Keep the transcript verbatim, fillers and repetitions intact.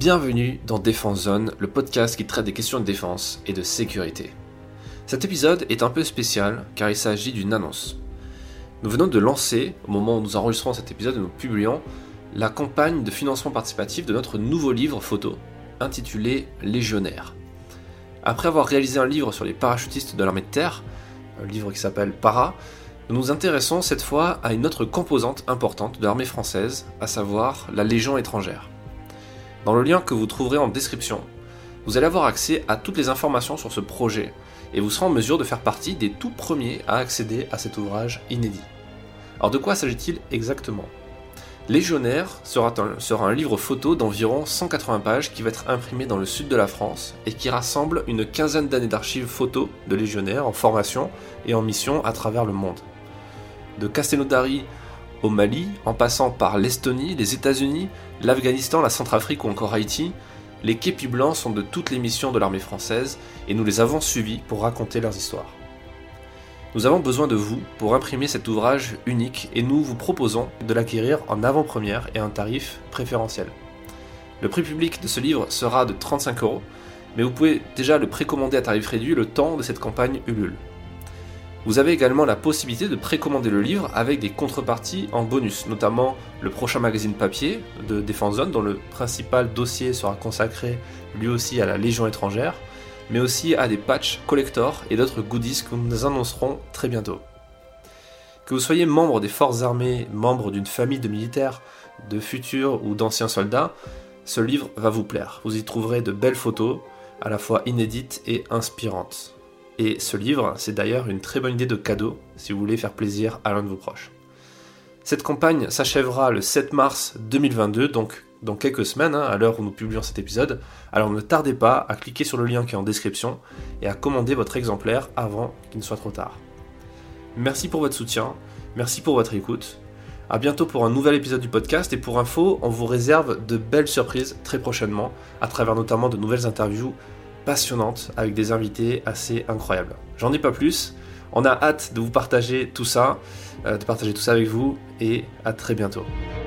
Bienvenue dans Défense Zone, le podcast qui traite des questions de défense et de sécurité. Cet épisode est un peu spécial car il s'agit d'une annonce. Nous venons de lancer, au moment où nous enregistrons cet épisode et nous publions, la campagne de financement participatif de notre nouveau livre photo, intitulé Légionnaire. Après avoir réalisé un livre sur les parachutistes de l'armée de terre, un livre qui s'appelle Para, nous nous intéressons cette fois à une autre composante importante de l'armée française, à savoir la Légion étrangère. Dans le lien que vous trouverez en description, vous allez avoir accès à toutes les informations sur ce projet et vous serez en mesure de faire partie des tout premiers à accéder à cet ouvrage inédit. Alors de quoi s'agit-il exactement ? Légionnaire sera un, sera un livre photo d'environ cent quatre-vingts pages qui va être imprimé dans le sud de la France et qui rassemble une quinzaine d'années d'archives photos de légionnaires en formation et en mission à travers le monde. De Castelnaudary au Mali, en passant par l'Estonie, les États-Unis, l'Afghanistan, la Centrafrique ou encore Haïti, les képis blancs sont de toutes les missions de l'armée française et nous les avons suivis pour raconter leurs histoires. Nous avons besoin de vous pour imprimer cet ouvrage unique et nous vous proposons de l'acquérir en avant-première et à un tarif préférentiel. Le prix public de ce livre sera de trente-cinq euros, mais vous pouvez déjà le précommander à tarif réduit le temps de cette campagne Ulule. Vous avez également la possibilité de précommander le livre avec des contreparties en bonus, notamment le prochain magazine papier de Défense Zone, dont le principal dossier sera consacré lui aussi à la Légion étrangère, mais aussi à des patchs collector et d'autres goodies que nous annoncerons très bientôt. Que vous soyez membre des forces armées, membre d'une famille de militaires, de futurs ou d'anciens soldats, ce livre va vous plaire. Vous y trouverez de belles photos, à la fois inédites et inspirantes. Et ce livre, c'est d'ailleurs une très bonne idée de cadeau si vous voulez faire plaisir à l'un de vos proches. Cette campagne s'achèvera le sept mars deux mille vingt-deux, donc dans quelques semaines, hein, à l'heure où nous publions cet épisode. Alors ne tardez pas à cliquer sur le lien qui est en description et à commander votre exemplaire avant qu'il ne soit trop tard. Merci pour votre soutien, merci pour votre écoute. À bientôt pour un nouvel épisode du podcast et pour info, on vous réserve de belles surprises très prochainement, à travers notamment de nouvelles interviews passionnante avec des invités assez incroyables. J'en dis pas plus, on a hâte de vous partager tout ça, euh, de partager tout ça avec vous et à très bientôt.